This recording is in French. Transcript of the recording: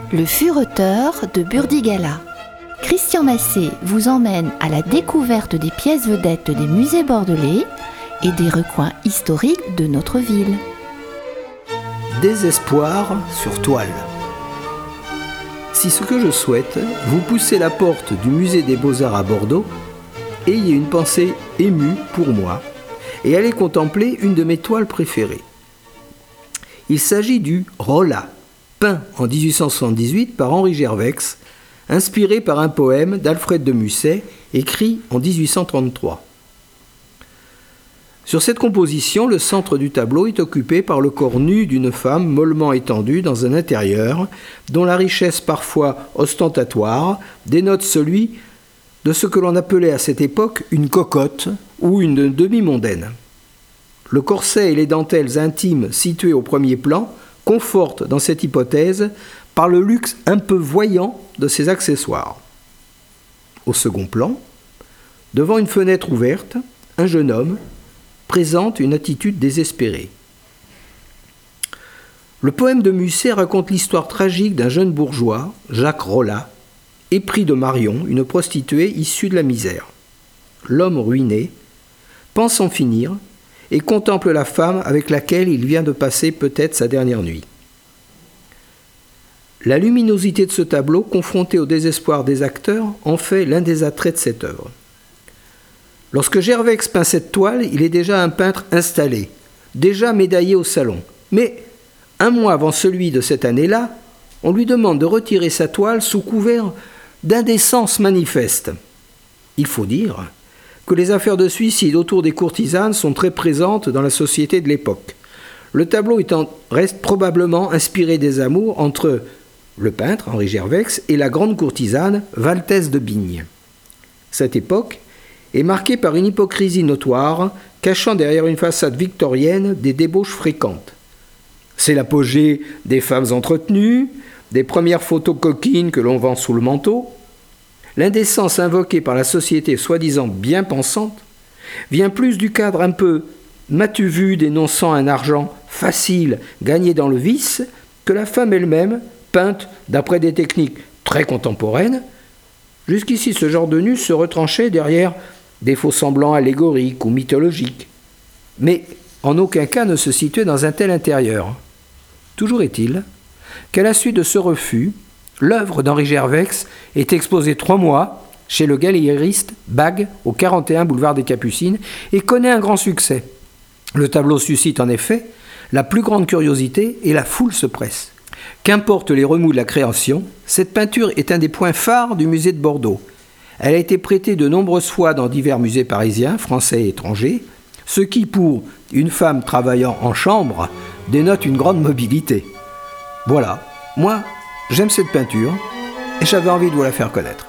Le Fureteur de Burdigala. Christian Massé vous emmène à la découverte des pièces vedettes des musées bordelais et des recoins historiques de notre ville. Désespoir sur toile. Si ce que je souhaite, vous poussez la porte du musée des Beaux-Arts à Bordeaux, ayez une pensée émue pour moi et allez contempler une de mes toiles préférées. Il s'agit du Rolla, peint en 1878 par Henri Gervex, inspiré par un poème d'Alfred de Musset, écrit en 1833. Sur cette composition, le centre du tableau est occupé par le corps nu d'une femme mollement étendue dans un intérieur dont la richesse parfois ostentatoire dénote celui de ce que l'on appelait à cette époque une cocotte ou une demi-mondaine. Le corset et les dentelles intimes situées au premier plan confortent dans cette hypothèse par le luxe un peu voyant de ses accessoires. Au second plan, devant une fenêtre ouverte, un jeune homme présente une attitude désespérée. Le poème de Musset raconte l'histoire tragique d'un jeune bourgeois, Jacques Rolla, épris de Marion, une prostituée issue de la misère. L'homme ruiné pense en finir et contemple la femme avec laquelle il vient de passer peut-être sa dernière nuit. La luminosité de ce tableau, confronté au désespoir des acteurs, en fait l'un des attraits de cette œuvre. Lorsque Gervex peint cette toile, il est déjà un peintre installé, déjà médaillé au salon. Mais, un mois avant celui de cette année-là, on lui demande de retirer sa toile sous couvert d'indécence manifeste. Il faut dire que les affaires de suicide autour des courtisanes sont très présentes dans la société de l'époque. Le tableau reste probablement inspiré des amours entre le peintre, Henri Gervex, et la grande courtisane, Valtès de Bigne. Cette époque est marquée par une hypocrisie notoire, cachant derrière une façade victorienne des débauches fréquentes. C'est l'apogée des femmes entretenues, des premières photos coquines que l'on vend sous le manteau. L'indécence invoquée par la société soi-disant bien pensante vient plus du cadre un peu m'as-tu vu dénonçant un argent facile gagné dans le vice que la femme elle-même, peinte d'après des techniques très contemporaines. Jusqu'ici, ce genre de nu se retranchait derrière des faux-semblants allégoriques ou mythologiques, mais en aucun cas ne se situait dans un tel intérieur. Toujours est-il qu'à la suite de ce refus, l'œuvre d'Henri Gervex est exposée 3 mois chez le galériste Bag au 41 boulevard des Capucines et connaît un grand succès. Le tableau suscite en effet la plus grande curiosité et la foule se presse. Qu'importe les remous de la création, cette peinture est un des points phares du musée de Bordeaux. Elle a été prêtée de nombreuses fois dans divers musées parisiens, français et étrangers, ce qui, pour une femme travaillant en chambre, dénote une grande mobilité. Voilà, moi, j'aime cette peinture et j'avais envie de vous la faire connaître.